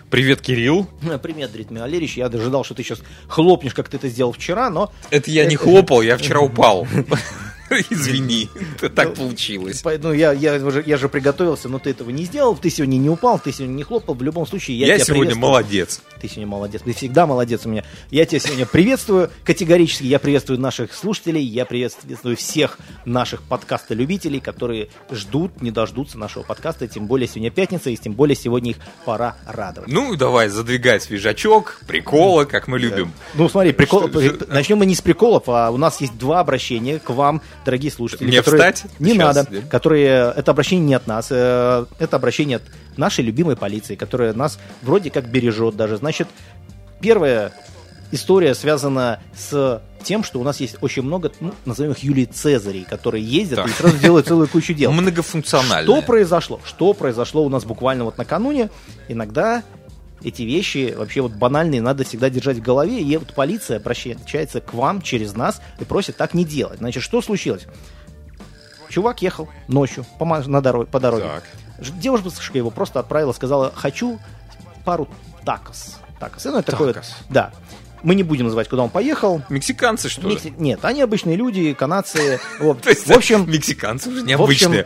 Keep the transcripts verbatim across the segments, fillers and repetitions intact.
Привет, Кирилл. Привет, Дмитрий Валерьевич. Я ожидал, что ты сейчас хлопнешь, как ты это сделал вчера, но... Это я не хлопал, я вчера упал. Извини, так получилось. Ну, я, я, уже, я же приготовился, но ты этого не сделал. Ты сегодня не упал, ты сегодня не хлопал. В любом случае, я, я тебя сегодня молодец. Ты сегодня молодец. Ты всегда молодец у меня. Я тебя сегодня приветствую категорически. Я приветствую наших слушателей. Я приветствую всех наших подкаста-любителей, которые ждут, не дождутся нашего подкаста. Тем более сегодня пятница, и тем более сегодня их пора радовать. Ну, давай, задвигай свежачок, приколы, как мы любим. Ну, смотри, прикол... начнем мы не с приколов, а у нас есть два обращения к вам, дорогие слушатели. Мне которые... встать? Не Сейчас, надо. да? Которые... Это обращение не от нас. Это обращение от нашей любимой полиции, которая нас вроде как бережет даже. Значит, первая история связана с тем, что у нас есть очень много, ну, назовем их Юлий Цезарей, которые ездят так. и сразу делают целую кучу дел. Многофункциональные. Что произошло? Что произошло у нас буквально вот накануне? Иногда эти вещи вообще вот банальные надо всегда держать в голове, и вот полиция обращается к вам через нас и просит так не делать. Значит, что случилось? Чувак ехал ночью по, на дороге, по дороге. Так. Девушка его просто отправила, сказала: хочу пару такос. Такос. Ну, это такое, да. Мы не будем называть, куда он поехал. Мексиканцы, что ли? Мекси... Нет, они обычные люди, канадцы. Вот. То есть, в общем, мексиканцы уже необычные.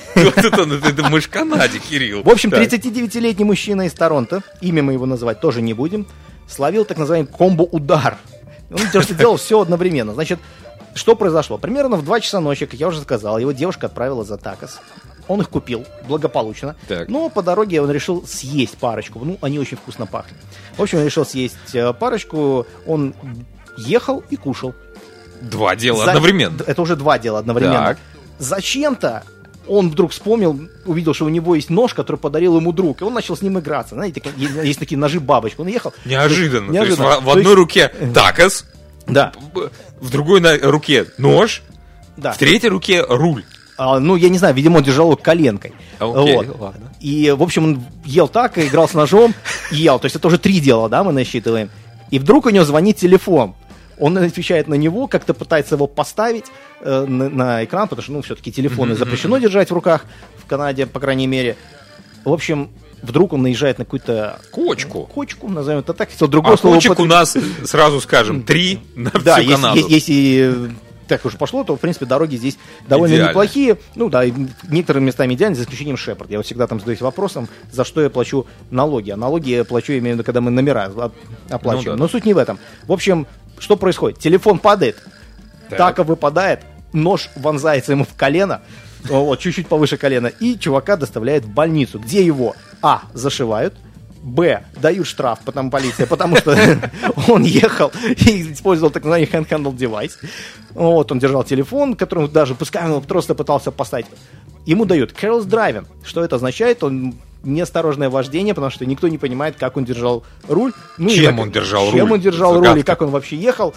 Ты думаешь, в Канаде, Кирилл. В общем, тридцатидевятилетний мужчина из Торонто, имя мы его называть тоже не будем, словил так называемый комбо-удар. Он делал все одновременно. Значит, что произошло? Примерно в два часа ночи, как я уже сказал, его девушка отправила за такос. Он их купил благополучно, так. но по дороге он решил съесть парочку. Ну, они очень вкусно пахли. В общем, он решил съесть парочку, он ехал и кушал. Два дела За... одновременно. Это уже два дела одновременно. Так. Зачем-то он вдруг вспомнил, увидел, что у него есть нож, который подарил ему друг, и он начал с ним играться. Знаете, есть такие ножи-бабочки. Он ехал. Неожиданно. Неожиданно. То есть в, в одной есть... руке такос, да. в другой руке нож, да. в третьей руке руль. А, ну, я не знаю, видимо, он держал его коленкой. Okay, вот. ладно. И, в общем, он ел так, играл с ножом, и ел. То есть это уже три дела, да, мы насчитываем. И вдруг у него звонит телефон. Он отвечает на него, как-то пытается его поставить э, на, на экран, потому что, ну, все-таки телефоны mm-hmm. запрещено держать в руках в Канаде, по крайней мере. В общем, вдруг он наезжает на какую-то... Кочку. Кочку, назовем это так. Другое а слово кочек под... у нас, сразу скажем, три на всю да, Канаду. Да, если... так уж пошло, то, в принципе, дороги здесь довольно идеально. Неплохие. Ну да, некоторыми местами идеально, за исключением Шепард. Я вот всегда там задаюсь вопросом, за что я плачу налоги. А налоги я плачу, я имею в виду, когда мы номера оплачиваем. Ну, да. Но суть не в этом. В общем, что происходит? Телефон падает, так. така выпадает, нож вонзается ему в колено, вот, чуть-чуть повыше колена, и чувака доставляют в больницу, где его, а, зашивают, б, дают штраф, потому полиция, потому что он ехал и использовал так называемый hand-handled device. Вот, он держал телефон, которым даже, пускай он просто пытался поставить. Ему дают careless driving. Что это означает? Он неосторожное вождение, потому что никто не понимает, как он держал руль. Ну, чем как, он держал чем руль? Чем он держал Загадка. руль и как он вообще ехал.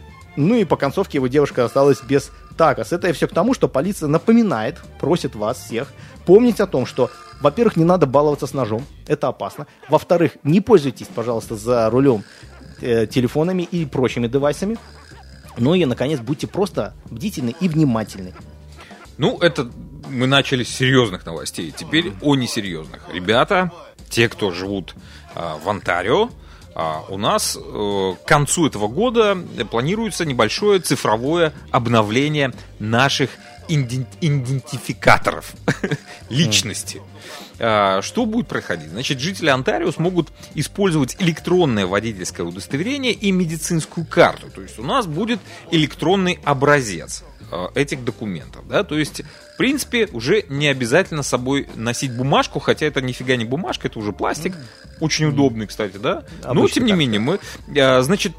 Ну и по концовке его девушка осталась без такос. Это все к тому, что полиция напоминает, просит вас всех помнить о том, что, во-первых, не надо баловаться с ножом, это опасно. Во-вторых, не пользуйтесь, пожалуйста, за рулем э, телефонами и прочими девайсами. Ну и, наконец, будьте просто бдительны и внимательны. Ну, это мы начали с серьезных новостей, теперь о несерьезных. Ребята, те, кто живут э, в Онтарио, А у нас э, к концу этого года планируется небольшое цифровое обновление наших иден- идентификаторов личности. А, что будет происходить? Значит, жители Онтарио смогут использовать электронное водительское удостоверение и медицинскую карту. То есть у нас будет электронный образец э, этих документов. Да? То есть, в принципе, уже не обязательно с собой носить бумажку, хотя это нифига не бумажка, это уже пластик. Очень удобный, кстати, да? Обычно. Но, тем не так. менее, мы, значит,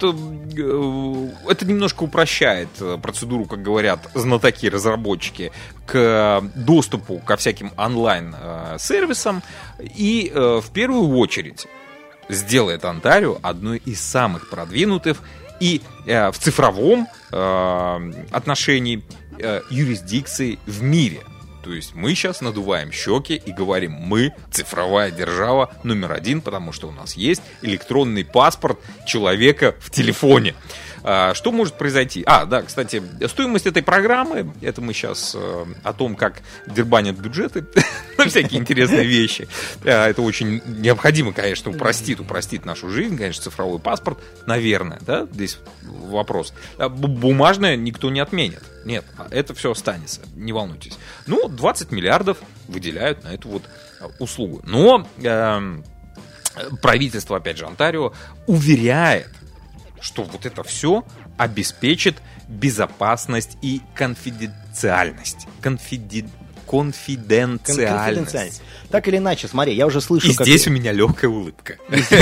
это немножко упрощает процедуру, как говорят знатоки-разработчики, к доступу ко всяким онлайн-сервисам. И в первую очередь сделает Онтарио одной из самых продвинутых и в цифровом отношении юрисдикции в мире. То есть мы сейчас надуваем щеки и говорим: мы цифровая держава номер один, потому что у нас есть электронный паспорт человека в телефоне. А, что может произойти? А, да, кстати, стоимость этой программы, это мы сейчас э, о том, как дербанят бюджеты на всякие интересные вещи. Это очень необходимо, конечно, упростит, упростит нашу жизнь, конечно, цифровой паспорт, наверное, да, здесь вопрос. Бумажное никто не отменит. Нет, это все останется, не волнуйтесь. Ну, двадцать миллиардов выделяют на эту вот услугу. Но э, правительство, опять же, Онтарио уверяет, что вот это все обеспечит безопасность и конфиденциальность. Конфиди... Конфиденциальность. Так или иначе, смотри, я уже слышу... И как... здесь у меня легкая улыбка.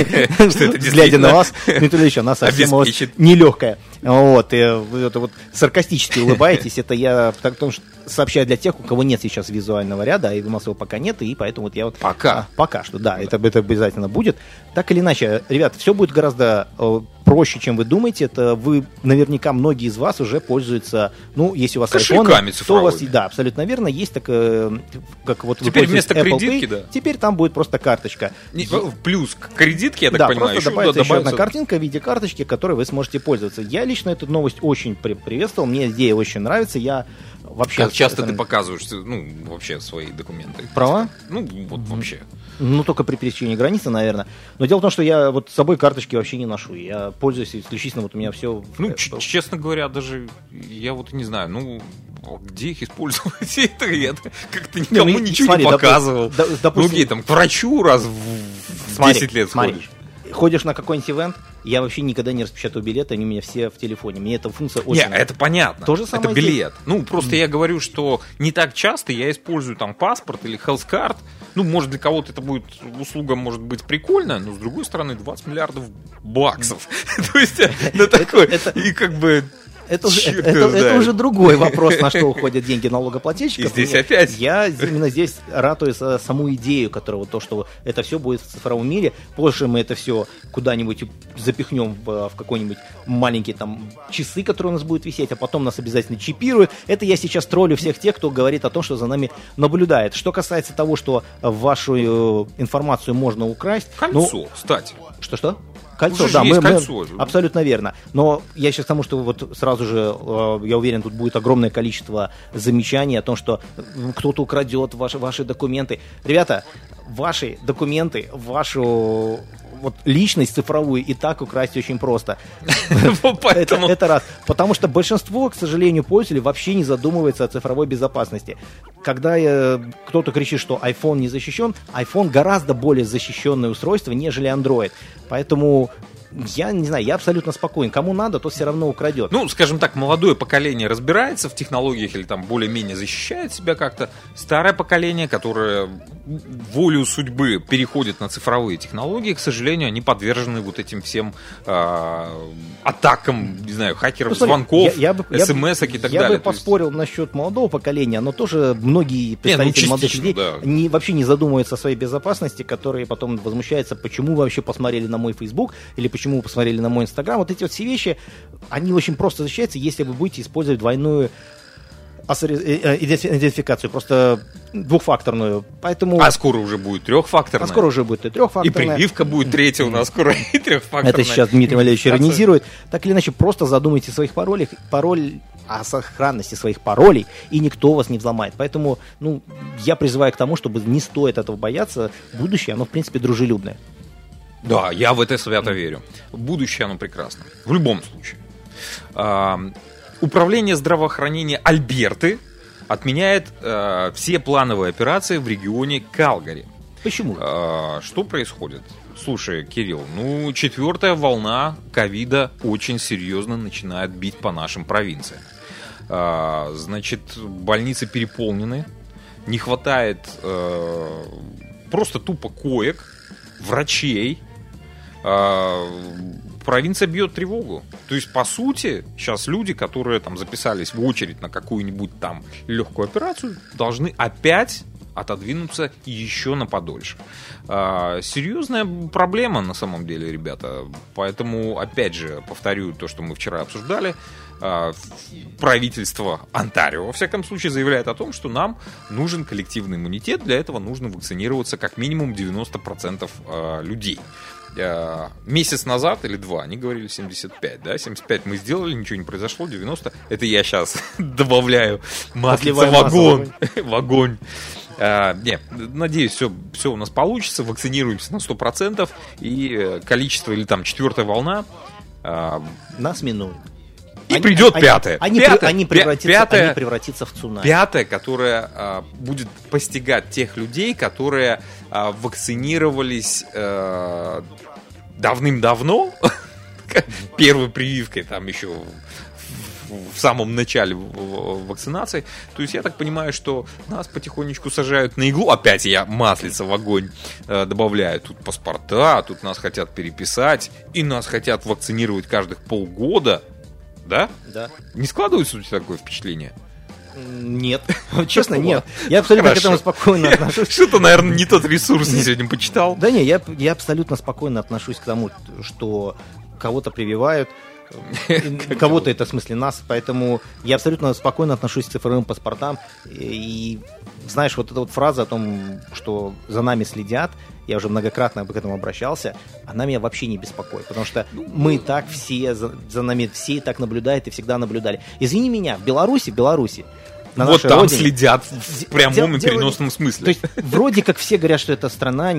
Глядя на вас, Дмитрий Ильич, она совсем нелегкая. Вот, и вы это вот саркастически улыбаетесь, это я потому что сообщаю для тех, у кого нет сейчас визуального ряда, и у нас его пока нет, и поэтому вот я вот... Пока. А, пока что, да, это, это обязательно будет. Так или иначе, ребят, все будет гораздо э, проще, чем вы думаете. Это вы, наверняка, многие из вас уже пользуются, ну, если у вас кошельками iPhone, то у вас, да, абсолютно верно, есть так, э, как вот... Теперь вместо Apple кредитки, Pay, да. Теперь там будет просто карточка. Не, плюс к кредитке, я так да, понимаю, просто еще добавится, добавится... еще одна картинка в виде карточки, которой вы сможете пользоваться. Я лично эту новость очень при- приветствовал, мне идея очень нравится, я вообще... Как часто ты показываешь, ну, вообще свои документы? Права? Ну, вот вообще. Ну, только при пересечении границы, наверное. Но дело в том, что я вот с собой карточки вообще не ношу. Я пользуюсь исключительно, вот у меня все... Ну, ч- честно говоря, даже я вот не знаю, ну, где их использовать? Это я как-то никому не, ну, ничего смотри, не показывал. Допу- допустим, ну, окей, там, к врачу раз в смотри, десять лет смотри. сходишь. Ходишь на какой-нибудь ивент, я вообще никогда не распечатаю билеты, они у меня все в телефоне. Мне эта функция очень Не, нравится. это понятно. То же самое это билет. Здесь. Ну, просто mm. я говорю, что не так часто я использую там паспорт или health card. Ну, может, для кого-то это будет услуга, может быть, прикольная, но, с другой стороны, двадцать миллиардов баксов. То есть, на такой, и как бы... Это, уже, это, это, это уже другой вопрос, на что уходят деньги налогоплательщиков. И здесь Мне, опять. Я именно здесь ратую за саму идею, которая вот то, что это все будет в цифровом мире. Позже мы это все куда-нибудь запихнем в, в какой-нибудь маленькие там часы, которые у нас будут висеть, а потом нас обязательно чипируют. Это я сейчас троллю всех тех, кто говорит о том, что за нами наблюдает. Что касается того, что вашу информацию можно украсть... Кольцо, ну, кстати. Что-что? Кольцо, Уже да, мы, кольцо. мы абсолютно верно. Но я сейчас к тому, что вот сразу же, э, я уверен, тут будет огромное количество замечаний о том, что кто-то украдет ваши, ваши документы. Ребята, ваши документы, вашу вот личность цифровую и так украсть очень просто. Это раз. Потому что большинство, к сожалению, пользователей вообще не задумывается о цифровой безопасности. Когда кто-то кричит, что iPhone не защищен, iPhone гораздо более защищенное устройство, нежели Android. Поэтому... Я не знаю, я абсолютно спокоен. Кому надо, тот все равно украдет. Ну, скажем так, молодое поколение разбирается в технологиях или там более-менее защищает себя как-то. Старое поколение, которое волею судьбы переходит на цифровые технологии, к сожалению, они подвержены вот этим всем э, атакам, не знаю, хакеров, ну, смотри, звонков, я, я бы, смс-ок и так я далее. Я бы поспорил есть... насчет молодого поколения, но тоже многие представители Не, ну, молодых людей да. не, вообще не задумываются о своей безопасности, которые потом возмущаются, почему вы вообще посмотрели на мой Facebook или почему вы посмотрели на мой Инстаграм. Вот эти вот все вещи, они очень просто защищаются, если вы будете использовать двойную идентификацию, просто двухфакторную. Поэтому... А скоро уже будет трехфакторная. А скоро уже будет и трехфакторная. И прививка будет третья у нас скоро, и трехфакторная. Это сейчас Дмитрий Валерьевич иронизирует. Так или иначе, просто задумайте о своих паролях, пароль о сохранности своих паролей, и никто вас не взломает. Поэтому, ну, я призываю к тому, чтобы не стоит этого бояться. Будущее, оно, в принципе, дружелюбное. Да, я в это свято верю. Будущее, оно прекрасно. В любом случае. А, управление здравоохранения Альберты отменяет а, все плановые операции в регионе Калгари. Почему? А, что происходит? Слушай, Кирилл, ну, четвертая волна ковида очень серьезно начинает бить по нашим провинциям. А, значит, больницы переполнены, не хватает а, просто тупо коек, врачей. Провинция бьет тревогу. То есть, по сути, сейчас люди, которые там записались в очередь на какую-нибудь там легкую операцию, должны опять отодвинуться еще на подольше. А, серьезная проблема на самом деле, ребята. Поэтому, опять же, повторю то, что мы вчера обсуждали. А, правительство Онтарио, во всяком случае, заявляет о том, что нам нужен коллективный иммунитет. Для этого нужно вакцинироваться как минимум девяносто процентов а, людей. Месяц назад или два они говорили семьдесят пять, да, семьдесят пять мы сделали, ничего не произошло, девяносто, это я сейчас добавляю маслица в огонь, в огонь. А, не, надеюсь, все, все у нас получится. Вакцинируемся на сто процентов. И количество, или там четвертая волна... А, нас минует. И они, придет они, пятая. Они, пятая, они, превратятся, пятая, они превратятся в цунами. Пятая, которая а, будет постигать тех людей, которые а, вакцинировались а, давным-давно, первой прививкой, там еще в самом начале вакцинации. То есть я так понимаю, что нас потихонечку сажают на иглу. Опять я маслица в огонь э, добавляю. Тут паспорта, тут нас хотят переписать. И нас хотят вакцинировать каждых полгода. Да? Да. Не складывается у тебя такое впечатление? Нет, честно, нет. Я абсолютно к этому спокойно отношусь. Что-то, наверное, не тот ресурс я сегодня почитал. Да не, я, я абсолютно спокойно отношусь к тому, что кого-то прививают, кого-то это в смысле нас, поэтому я абсолютно спокойно отношусь к цифровым паспортам. И знаешь, вот эта вот фраза о том, что за нами следят, я уже многократно к этому обращался, она меня вообще не беспокоит, потому что мы и так все, за, за нами все и так наблюдают и всегда наблюдали. Извини меня, в Беларуси, в Беларуси, на вот там родине, следят в прямом и переносном смысле. То есть вроде как все говорят, что эта страна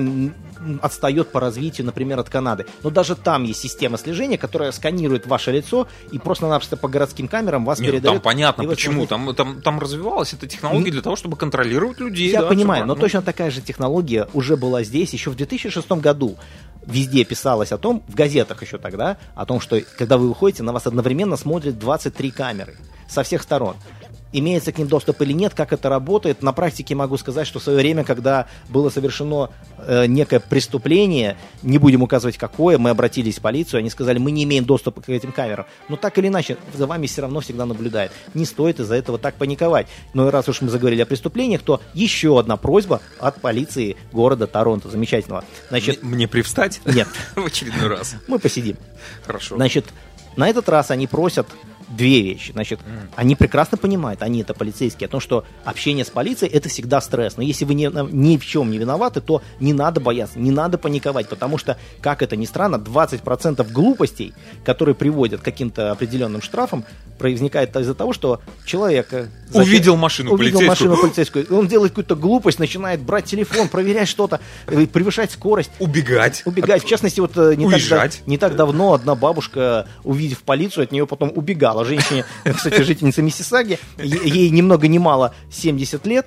отстает по развитию, например, от Канады. Но даже там есть система слежения, которая сканирует ваше лицо и просто-напросто по городским камерам вас Нет, передает. Там понятно, почему. Там, там, там развивалась эта технология для того, чтобы контролировать людей. Я да, понимаю, но точно такая же технология уже была здесь еще в две тысячи шестом году. Везде писалось о том, в газетах еще тогда, о том, что когда вы выходите, на вас одновременно смотрят двадцать три камеры со всех сторон. Имеется к ним доступ или нет, как это работает. На практике могу сказать, что в свое время, когда было совершено э, некое преступление, не будем указывать какое, мы обратились в полицию, они сказали, мы не имеем доступа к этим камерам. Но так или иначе, за вами все равно всегда наблюдают. Не стоит из-за этого так паниковать. Но раз уж мы заговорили о преступлениях, то еще одна просьба от полиции города Торонто. Замечательного. Значит, мне, мне привстать? Нет. В очередной раз. Мы посидим. Хорошо. Значит, на этот раз они просят две вещи. Значит, mm. они прекрасно понимают, они это полицейские, о том, что общение с полицией это всегда стресс. Но если вы ни, ни в чем не виноваты, то не надо бояться, не надо паниковать, потому что, как это ни странно, двадцать процентов глупостей, которые приводят к каким-то определенным штрафам, возникает из-за того, что человек увидел машину увидел полицейскую. машину полицейскую, он делает какую-то глупость, начинает брать телефон, проверять что-то, превышать скорость. Убегать. Убегать. В частности, вот не Уезжать. так, не так давно одна бабушка, увидев полицию, от нее потом убегала. Женщине, кстати, жительница Миссисаги, ей ни много ни мало семьдесят лет,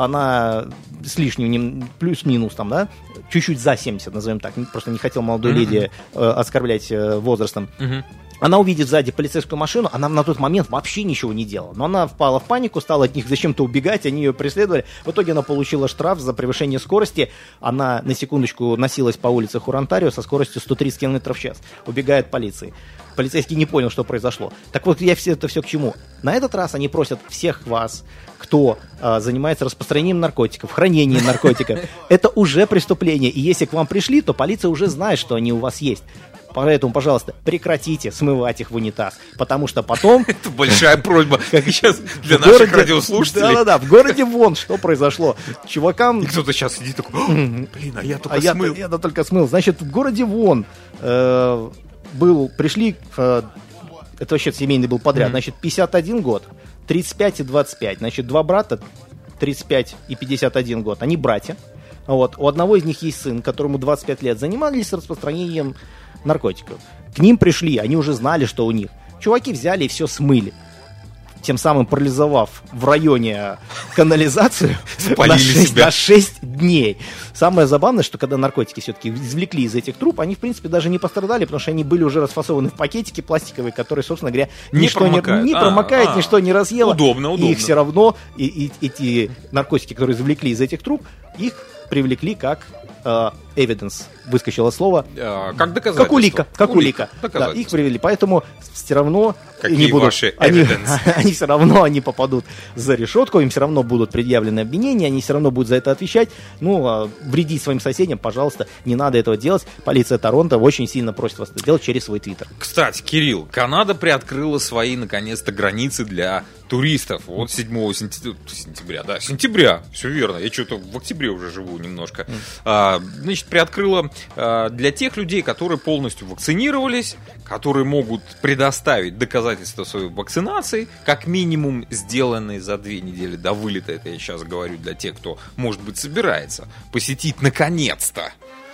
она с лишним, плюс-минус там, да, чуть-чуть за семьдесят, назовем так, просто не хотел молодой mm-hmm. леди э, оскорблять э, возрастом. Mm-hmm. Она увидит сзади полицейскую машину, она на тот момент вообще ничего не делала. Но она впала в панику, стала от них зачем-то убегать, они ее преследовали. В итоге она получила штраф за превышение скорости. Она, на секундочку, носилась по улицах Онтарио со скоростью сто тридцать километров в час. Убегая от полиции. Полицейский не понял, что произошло. Так вот, я все это все к чему? На этот раз они просят всех вас, кто э, занимается распространением наркотиков, хранением наркотиков. Это уже преступление. И если к вам пришли, то полиция уже знает, что они у вас есть. Поэтому, пожалуйста, прекратите смывать их в унитаз, потому что потом... Это большая просьба сейчас для наших радиослушателей. Да-да-да, в городе вон что произошло. Чувакам... И кто-то сейчас сидит такой, блин, а я только смыл. Я только смыл. Значит, в городе вон был, пришли, это вообще семейный был подряд, значит, пятьдесят один год, тридцать пять и двадцать пять. Значит, два брата, тридцать пять и пятьдесят один год, они братья. Вот. У одного из них есть сын, которому двадцать пять лет, занимались распространением наркотиков. К ним пришли, они уже знали, что у них. Чуваки взяли и все смыли. Тем самым парализовав в районе канализацию на шесть, на шесть дней. Самое забавное, что когда наркотики все-таки извлекли из этих труб, они, в принципе, даже не пострадали, потому что они были уже расфасованы в пакетики пластиковые, которые, собственно говоря, не ничто промокают, не, не а, промокает, а, ничто не разъело. Удобно, удобно. И их все равно, и, и, эти наркотики, которые извлекли из этих труб, их привлекли как э, evidence, выскочило слово. А, как доказательство. Как улика. Как улика. улика. Да, их привели. Поэтому все равно Какие не будут, ваши они, evidence? они все равно они попадут за решетку, им все равно будут предъявлены обвинения, они все равно будут за это отвечать. Ну, а вредить своим соседям, пожалуйста, не надо этого делать. Полиция Торонто очень сильно просит вас это делать через свой твиттер. Кстати, Кирилл, Канада приоткрыла свои, наконец-то, границы для туристов. Вот седьмого сентября, да, сентября, все верно. Я что-то в октябре уже живу немножко. Mm. А, значит, значит, приоткрыла э, для тех людей, которые полностью вакцинировались, которые могут предоставить доказательства своей вакцинации, как минимум сделанные за две недели до вылета. Это я сейчас говорю для тех, кто, может быть, собирается посетить наконец-то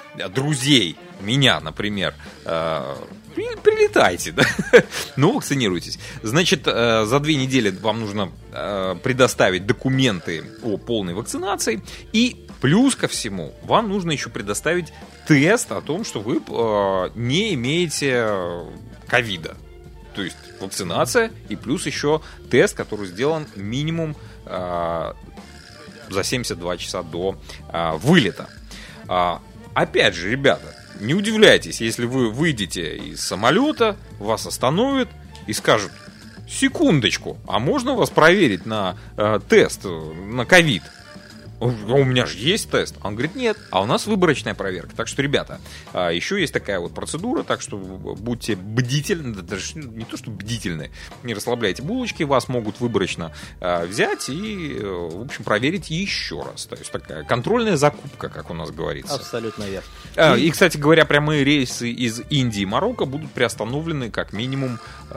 друзей, меня, например, э, прилетайте, да? Ну, вакцинируйтесь. Значит, э, за две недели вам нужно э, предоставить документы о полной вакцинации, и плюс ко всему вам нужно еще предоставить тест о том, что вы э, не имеете ковида. То есть вакцинация и плюс еще тест, который сделан минимум э, за семьдесят два часа до э, вылета. А, опять же, ребята, не удивляйтесь, если вы выйдете из самолета, вас остановят и скажут: секундочку, а можно вас проверить на э, тест на ковид? У меня же есть тест. Он говорит: нет, а у нас выборочная проверка. Так что, ребята, еще есть такая вот процедура, так что будьте бдительны, даже не то что бдительны, не расслабляйте булочки, вас могут выборочно взять и, в общем, проверить еще раз. То есть такая контрольная закупка, как у нас говорится. Абсолютно верно. И, кстати говоря, прямые рейсы из Индии и Марокко будут приостановлены как минимум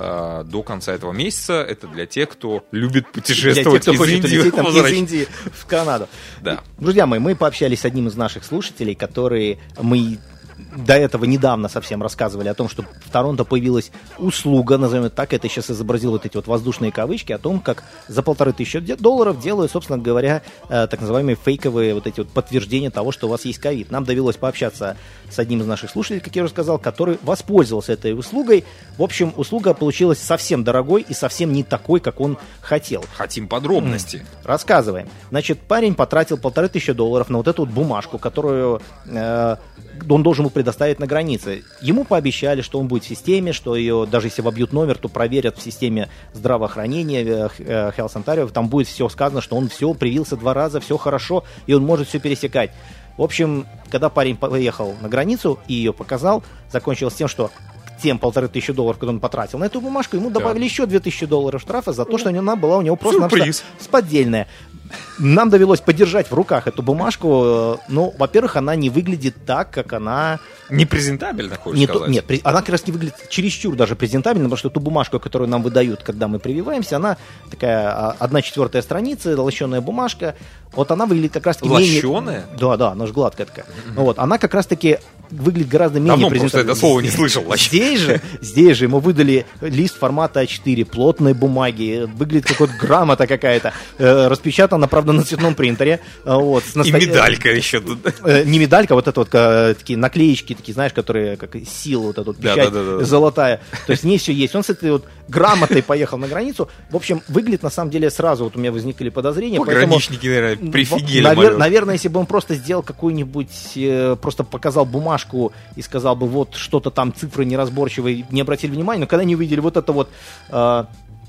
до конца этого месяца. Это для тех, кто любит путешествовать для тех, кто из, Индии, лететь, там, из Индии в Канаду. Да. Друзья мои, мы пообщались с одним из наших слушателей, которые мы до этого недавно совсем рассказывали о том, что в Торонто появилась услуга, назовем это так, это сейчас изобразил вот эти вот воздушные кавычки, о том, как за полторы тысячи долларов делают, собственно говоря, так называемые фейковые вот эти вот подтверждения того, что у вас есть ковид. Нам довелось пообщаться с одним из наших слушателей, как я уже сказал, который воспользовался этой услугой. В общем, услуга получилась совсем дорогой и совсем не такой, как он хотел. Хотим подробности. Рассказываем. Значит, парень потратил полторы тысячи долларов на вот эту вот бумажку, которую э, он должен был предоставить на границе. Ему пообещали, что он будет в системе, что ее, даже если вобьют номер, то проверят в системе здравоохранения Health Ontario, там будет все сказано, что он все привился два раза, все хорошо, и он может все пересекать. В общем, когда парень поехал на границу и ее показал, закончилось тем, что тем полторы тысячи долларов, которые он потратил на эту бумажку, ему добавили да. еще две тысячи долларов штрафа за то, что она была у него просто поддельная. Нам довелось подержать в руках эту бумажку. Ну, во-первых, она не выглядит так, как она... Непрезентабельно, хочешь не сказать? То, нет, она как раз не выглядит чересчур даже презентабельно, потому что эту бумажку, которую нам выдают, когда мы прививаемся, она такая одна четвертая страница, лощеная бумажка. Вот она выглядит как раз-таки... Лощеная? Менее... Да, да, она же гладкая такая. Mm-hmm. Вот, она как раз-таки выглядит гораздо менее презентабельно. Давно просто это слово не слышал. Здесь же, здесь же ему выдали лист формата а четыре, плотной бумаги, выглядит как вот грамота какая-то, э, распечатана, правда, на цветном принтере. Вот, с насто... И медалька еще тут. Э, не медалька, вот это вот э, такие наклеечки, такие, знаешь, которые как сила, вот эта вот печать да, да, да, да. золотая. То есть не все есть. Он с этой вот грамотой поехал на границу. В общем, выглядит на самом деле сразу, вот у меня возникли подозрения. Пограничники, поэтому, наверное, прифигели. Навер... Наверное, если бы он просто сделал какую-нибудь, э, просто показал бумажку и сказал бы, вот что-то там, цифры неразборчивые, не обратили внимания, но когда они увидели вот это вот э,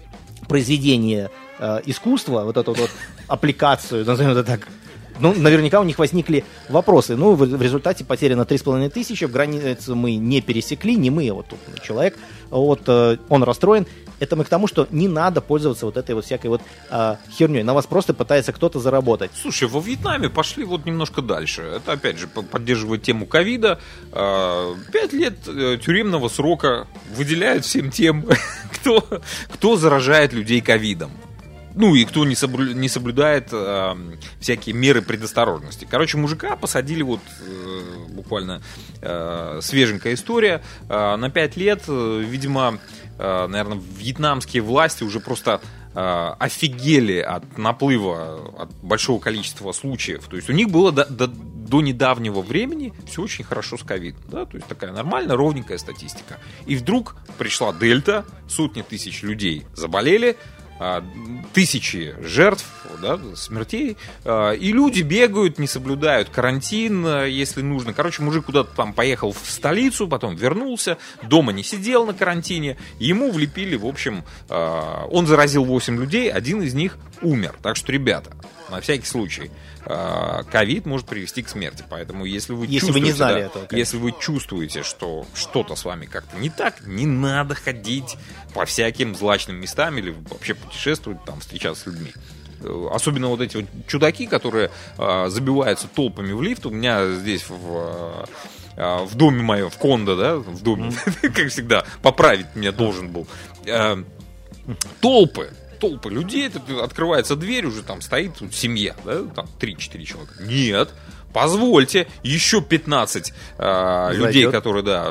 произведение э, искусства, вот эту вот аппликацию, назовем это так, ну, наверняка у них возникли вопросы. Ну, в, в результате потеряно три с половиной тысячи, в границу мы не пересекли, не мы, а вот тут человек, вот, э, он расстроен. Это мы к тому, что не надо пользоваться вот этой вот всякой вот э, херней. На вас просто пытается кто-то заработать. Слушай, во Вьетнаме пошли вот немножко дальше. Это, опять же, поддерживает тему ковида. Пять лет тюремного срока выделяют всем тем, кто, кто заражает людей ковидом. Ну и кто не, соблю, не соблюдает э, всякие меры предосторожности. Короче, мужика посадили, вот э, буквально э, свеженькая история, э, на пять лет, э, видимо, э, наверное, вьетнамские власти уже просто э, офигели от наплыва, от большого количества случаев. То есть у них было до, до, до недавнего времени все очень хорошо с ковидом. Да? То есть такая нормальная, ровненькая статистика. И вдруг пришла дельта, сотни тысяч людей заболели, тысячи жертв, да, смертей, и люди бегают, не соблюдают карантин, если нужно. Короче, мужик куда-то там поехал в столицу, потом вернулся, дома не сидел на карантине, ему влепили, в общем, он заразил восемь людей, один из них умер. Так что, ребята, на всякий случай, ковид может привести к смерти. Поэтому, если вы если чувствуете, вы не знали да, этого, если вы чувствуете, что что-то с вами как-то не так, не надо ходить по всяким злачным местам или вообще путешествовать, там, встречаться с людьми. особенно вот эти вот чудаки, которые а, забиваются толпами в лифт. У меня здесь в, а, в доме моем, в кондо, да, в доме, mm-hmm. как всегда, поправить меня должен был. А, толпы. Толпы людей, открывается дверь, уже там стоит тут семья, да, там три-четыре человека. Нет, позвольте, еще пятнадцать э, людей, которые, да,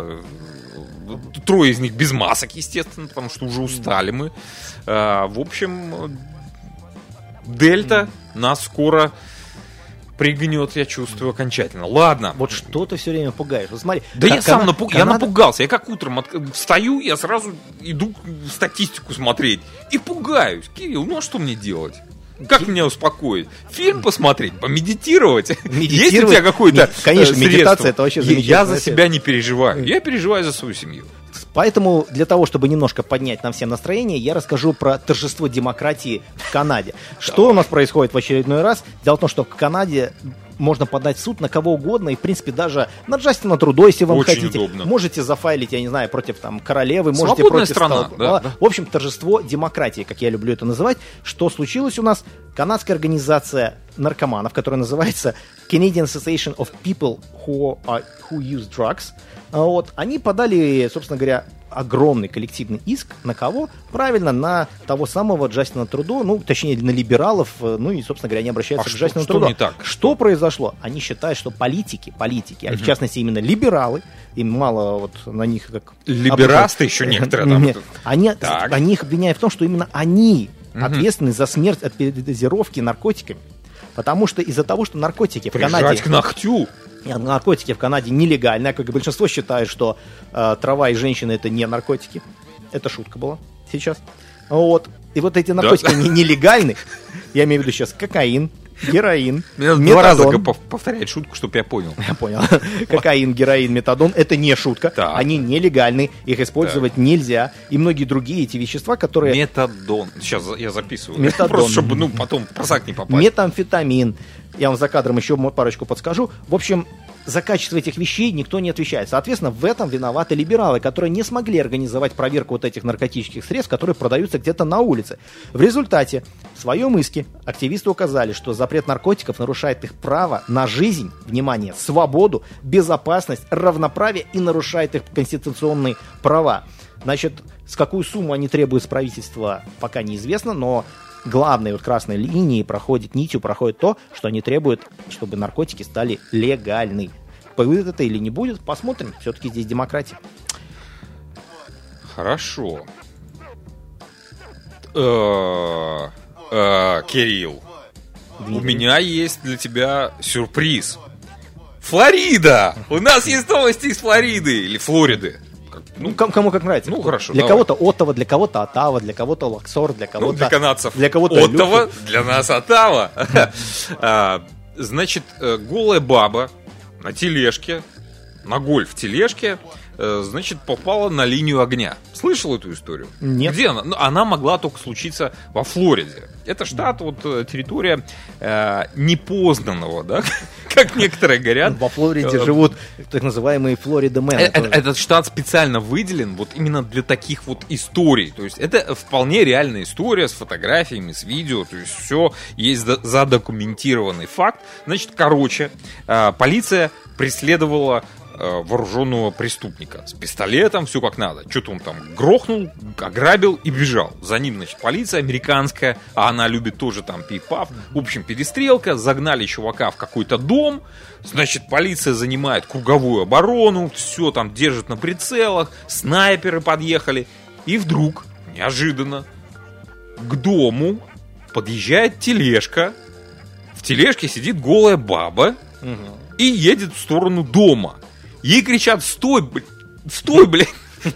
трое из них без масок, естественно, потому что уже устали мы. Э, в общем, Дельта нас скоро пригнет, я чувствую, окончательно. Ладно. Вот что ты все время пугаешь. Вот смотри. Да я сам напуг... Канада... я напугался. Я как утром от... встаю, я сразу иду статистику смотреть. И пугаюсь. Кирилл, ну а что мне делать? Как Ки... меня успокоить? Фильм посмотреть? Помедитировать? Медитировать? Есть у тебя какое-то Нет, конечно, средство? медитация это вообще замечательно. Я за себя не переживаю. Я переживаю за свою семью. Поэтому для того, чтобы немножко поднять нам всем настроение, я расскажу про торжество демократии в Канаде. Что у нас происходит в очередной раз? Дело в том, что в Канаде можно подать в суд на кого угодно, и, в принципе, даже на Джастина Трудо, если вам очень хотите. Удобно. Можете зафайлить, я не знаю, против там королевы, можете свободная против страна, стол... да, да. В общем, торжество демократии, как я люблю это называть. Что случилось у нас? Канадская организация наркоманов, которая называется Canadian Association of People Who, are, who Use Drugs, вот, они подали, собственно говоря, огромный коллективный иск на кого? Правильно, на того самого Джастина Трудо, ну, точнее, на либералов, ну и, собственно говоря, они обращаются а к что, Джастину что Трудо. Не так? Что произошло? Они считают, что политики, политики, uh-huh. а в частности именно либералы, им мало вот на них как... Либерасты еще некоторые там. Нет, они, они их обвиняют в том, что именно они uh-huh. ответственны за смерть от передозировки наркотиками. Потому что из-за того, что наркотики Прижать в Канаде... к ногтю. Наркотики в Канаде нелегальны, а как и большинство считает, что э, трава и женщины это не наркотики. Это шутка была сейчас. Вот. И вот эти наркотики, да? они нелегальны. Я имею в виду сейчас кокаин, героин, метадон. Два раза повторять шутку, чтобы я понял. Я понял. Кокаин, героин, метадон — это не шутка. Так. Они нелегальны, их использовать так. нельзя. И многие другие эти вещества, которые... Метадон. Сейчас я записываю. Метадон. Просто чтобы ну, потом просак не попасть. Метамфетамин. Я вам за кадром еще парочку подскажу. В общем, за качество этих вещей никто не отвечает. Соответственно, в этом виноваты либералы, которые не смогли организовать проверку вот этих наркотических средств, которые продаются где-то на улице. В результате в своем иске активисты указали, что запрет наркотиков нарушает их право на жизнь, внимание, свободу, безопасность, равноправие и нарушает их конституционные права. Значит, с какую сумму они требуют с правительства, пока неизвестно, но главной вот красной линией проходит, нитью проходит то, что они требуют, чтобы наркотики стали легальны. Будет это или не будет, посмотрим. Все-таки здесь демократия. Хорошо. Кирилл, у меня есть для тебя сюрприз. Флорида! У нас есть новости из Флориды или Флориды. Ну, кому, кому как нравится. Ну, хорошо. Для давай. кого-то Оттава, для кого-то Оттава, для кого-то Лаксор, для кого-то... Ну, для канадцев для кого-то Оттава, Люфа. для нас Оттава. Значит, голая баба на тележке, на гольф-тележке, значит, попала на линию огня. Слышал эту историю? Нет. Где она? Ну, она могла только случиться во Флориде. Это штат, вот территория э, непознанного, да, как некоторые говорят. Во Флориде живут так называемые Флорида-мены. Этот штат специально выделен вот именно для таких вот историй. То есть это вполне реальная история с фотографиями, с видео. То есть все есть задокументированный факт. Значит, короче, э, полиция преследовала вооруженного преступника с пистолетом, все как надо. Что-то он там грохнул, ограбил и бежал. За ним, значит, полиция американская, а она любит тоже там пип-паф. В общем, перестрелка, загнали чувака в какой-то дом. Значит, полиция занимает круговую оборону, все там держит на прицелах, снайперы подъехали. И вдруг, неожиданно, к дому подъезжает тележка. В тележке сидит голая баба и едет в сторону дома. Ей кричат: стой, блин, стой, блин.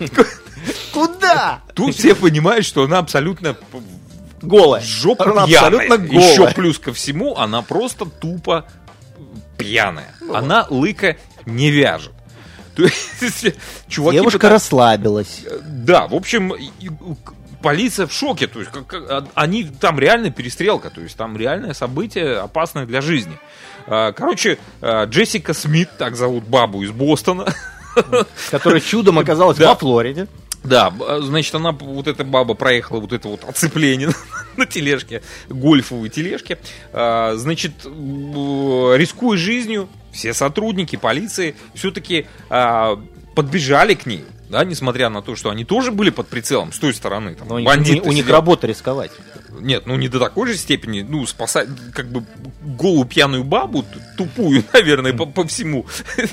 Куда? Тут все понимают, что она абсолютно голая. Жопа она пьяная. Абсолютно голая. Еще плюс ко всему, она просто тупо пьяная. Ну, она лыка не вяжет. То есть, чуваки девушка пытаются... расслабилась. Да, в общем, полиция в шоке. То есть, как, они, там реально перестрелка. То есть, там реальное событие, опасное для жизни. Короче, Джессика Смит, так зовут бабу из Бостона, которая чудом оказалась да. во Флориде. Да, значит, она, вот эта баба проехала вот это вот оцепление на тележке, гольфовой тележке. Значит, рискуя жизнью, все сотрудники полиции все-таки подбежали к ней. Да, несмотря на то, что они тоже были под прицелом с той стороны. Там, Но бандиты у них сидел. Работа рисковать. Нет, ну не до такой же степени. Ну, спасать, как бы, голую пьяную бабу, тупую, наверное, по, по всему.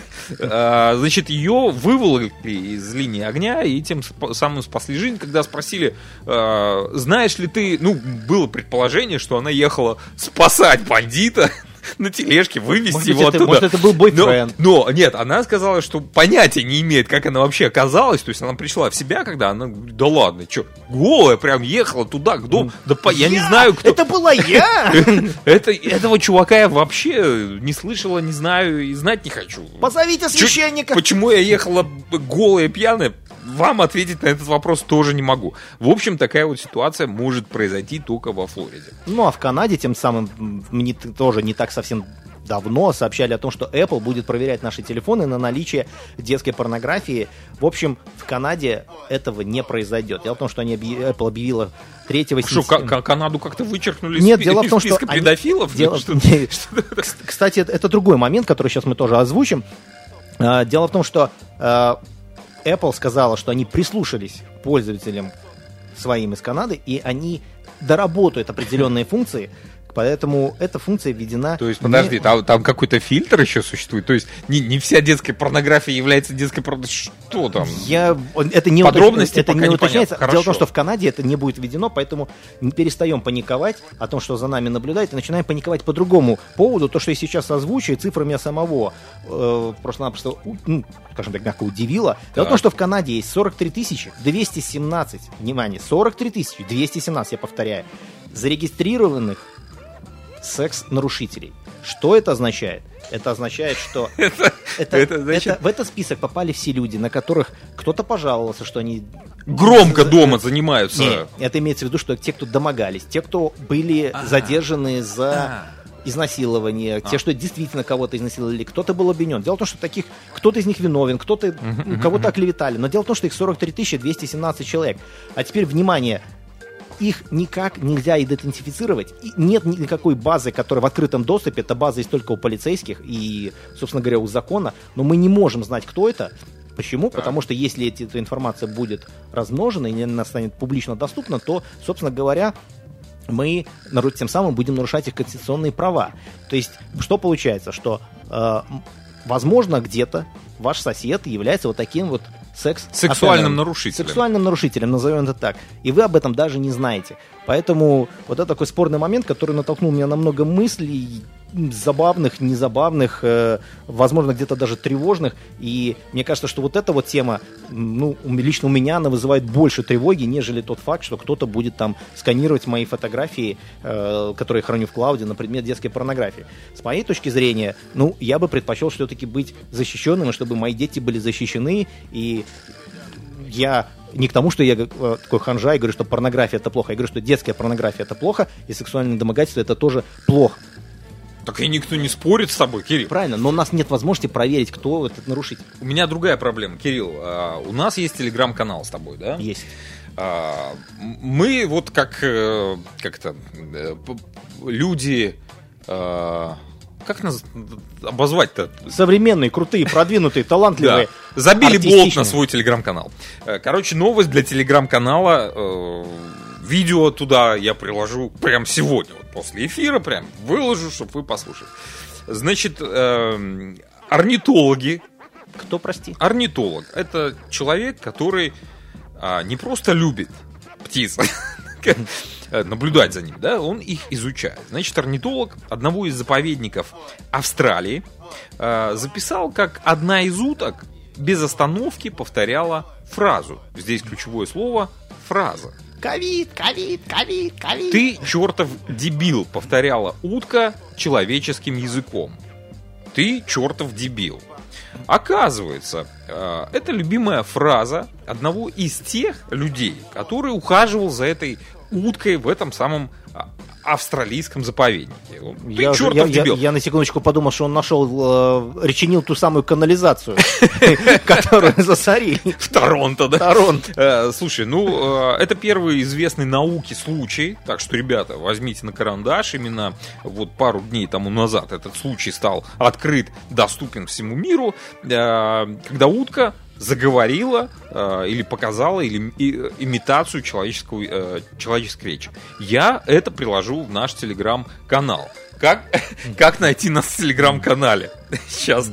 Значит, ее выволокли из линии огня и тем самым спасли жизнь. Когда спросили, знаешь ли ты, ну, было предположение, что она ехала спасать бандита на тележке, вывезти может его быть, оттуда. Это, может, это был бойфренд. Но, но, нет, она сказала, что понятия не имеет, как она вообще оказалась. То есть она пришла в себя, когда она говорит, да ладно, что, голая прям ехала туда, к дому. Да по, я, я не знаю, кто... Это была я! это, этого чувака я вообще не слышала, не знаю и знать не хочу. Позовите священника! Почему я ехала голая, пьяная? Вам ответить на этот вопрос тоже не могу. В общем, такая вот ситуация может произойти только во Флориде. Ну, а в Канаде, тем самым, мне тоже не так совсем давно сообщали о том, что Apple будет проверять наши телефоны на наличие детской порнографии. В общем, в Канаде этого не произойдет. Дело в том, что они объяв... Apple объявила третьего сентября... Что, Канаду как-то вычеркнули Нет, из дело в том, списка что педофилов? Они... Дело... Кстати, это другой момент, который сейчас мы тоже озвучим. Дело в том, что Apple сказала, что они прислушались к пользователям своим из Канады, и они доработают определенные функции, поэтому эта функция введена... То есть, подожди, не... там, там какой-то фильтр еще существует? То есть, не, не вся детская порнография является детской порнографией? Что там? Я... Это не, Подробности это не уточняется. Хорошо. Дело в том, что в Канаде это не будет введено, поэтому не перестаем паниковать о том, что за нами наблюдают, и начинаем паниковать по другому поводу. То, что я сейчас озвучу, цифры меня самого э, просто-напросто, ну, скажем так, мягко удивило. Дело в том, что в Канаде есть сорок три тысячи двести семнадцать, внимание, сорок три тысячи двести семнадцать, я повторяю, зарегистрированных секс-нарушителей. Что это означает? Это означает, что это, это, это, значит... это, в этот список попали все люди, на которых кто-то пожаловался, что они... Громко за... дома занимаются. Нет, это имеется в виду, что те, кто домогались, те, кто были А-а-а. задержаны за... А-а-а. изнасилование, а. те, что действительно кого-то изнасиловали, кто-то был обвинен. Дело в том, что таких, кто-то из них виновен, кто-то, uh-huh, кого-то оклеветали. Но дело в том, что их сорок три тысячи двести семнадцать человек. А теперь, внимание, их никак нельзя идентифицировать. И нет никакой базы, которая в открытом доступе. Эта база есть только у полицейских и, собственно говоря, у закона. Но мы не можем знать, кто это. Почему? Так. Потому что если эти, эта информация будет размножена и она станет публично доступна, то, собственно говоря, мы тем самым будем нарушать их конституционные права. То есть, что получается? Что, э, возможно, где-то ваш сосед является вот таким вот секс... Сексуальным нарушителем. Сексуальным нарушителем, назовем это так. И вы об этом даже не знаете. Поэтому вот это такой спорный момент, который натолкнул меня на много мыслей, забавных, незабавных, э, возможно, где-то даже тревожных. И мне кажется, что вот эта вот тема, ну, лично у меня она вызывает больше тревоги, нежели тот факт, что кто-то будет там сканировать мои фотографии, э, которые я храню в клауде, на предмет детской порнографии. С моей точки зрения, ну, я бы предпочел все-таки быть защищенным, и чтобы мои дети были защищены, и я не к тому, что я э, такой ханжа и говорю, что порнография это плохо. Я говорю, что детская порнография это плохо, и сексуальное домогательство это тоже плохо. Так и никто не спорит с тобой, Кирилл. Правильно, но у нас нет возможности проверить, кто этот нарушитель. У меня другая проблема, Кирилл. А, у нас есть телеграм-канал с тобой, да? Есть. А, мы вот как, как это, люди... А, как нас обозвать-то? Современные, крутые, продвинутые, талантливые. Да. Забили болт на свой телеграм-канал. Короче, новость для телеграм-канала. Видео туда я приложу прямо сегодня, вот после эфира, прям выложу, чтобы вы послушали. Значит, э, орнитологи. Кто, прости? Орнитолог. Это человек, который а, не просто любит птиц, наблюдать за ним, да, он их изучает. Значит, орнитолог одного из заповедников Австралии э, записал, как одна из уток без остановки повторяла фразу. Здесь ключевое слово «фраза». Ковид, ковид, ковид, ковид. Ты, чертов дебил, повторяла утка человеческим языком. Ты, чертов дебил. Оказывается, это любимая фраза одного из тех людей, который ухаживал за этой уткой в этом самом австралийском заповеднике. Ты я, чертов я, я, я на секундочку подумал, что он нашел, э, речинил ту самую канализацию, которую засорили. В Торонто, да? Торонто. Слушай, ну, это первый известный науке случай, так что, ребята, возьмите на карандаш, именно вот пару дней тому назад этот случай стал открыт, доступен всему миру, когда утка заговорила э, или показала или, и, имитацию человеческого, э, человеческой речи. Я это приложу в наш телеграм-канал. Как, как найти нас в телеграм-канале? Сейчас.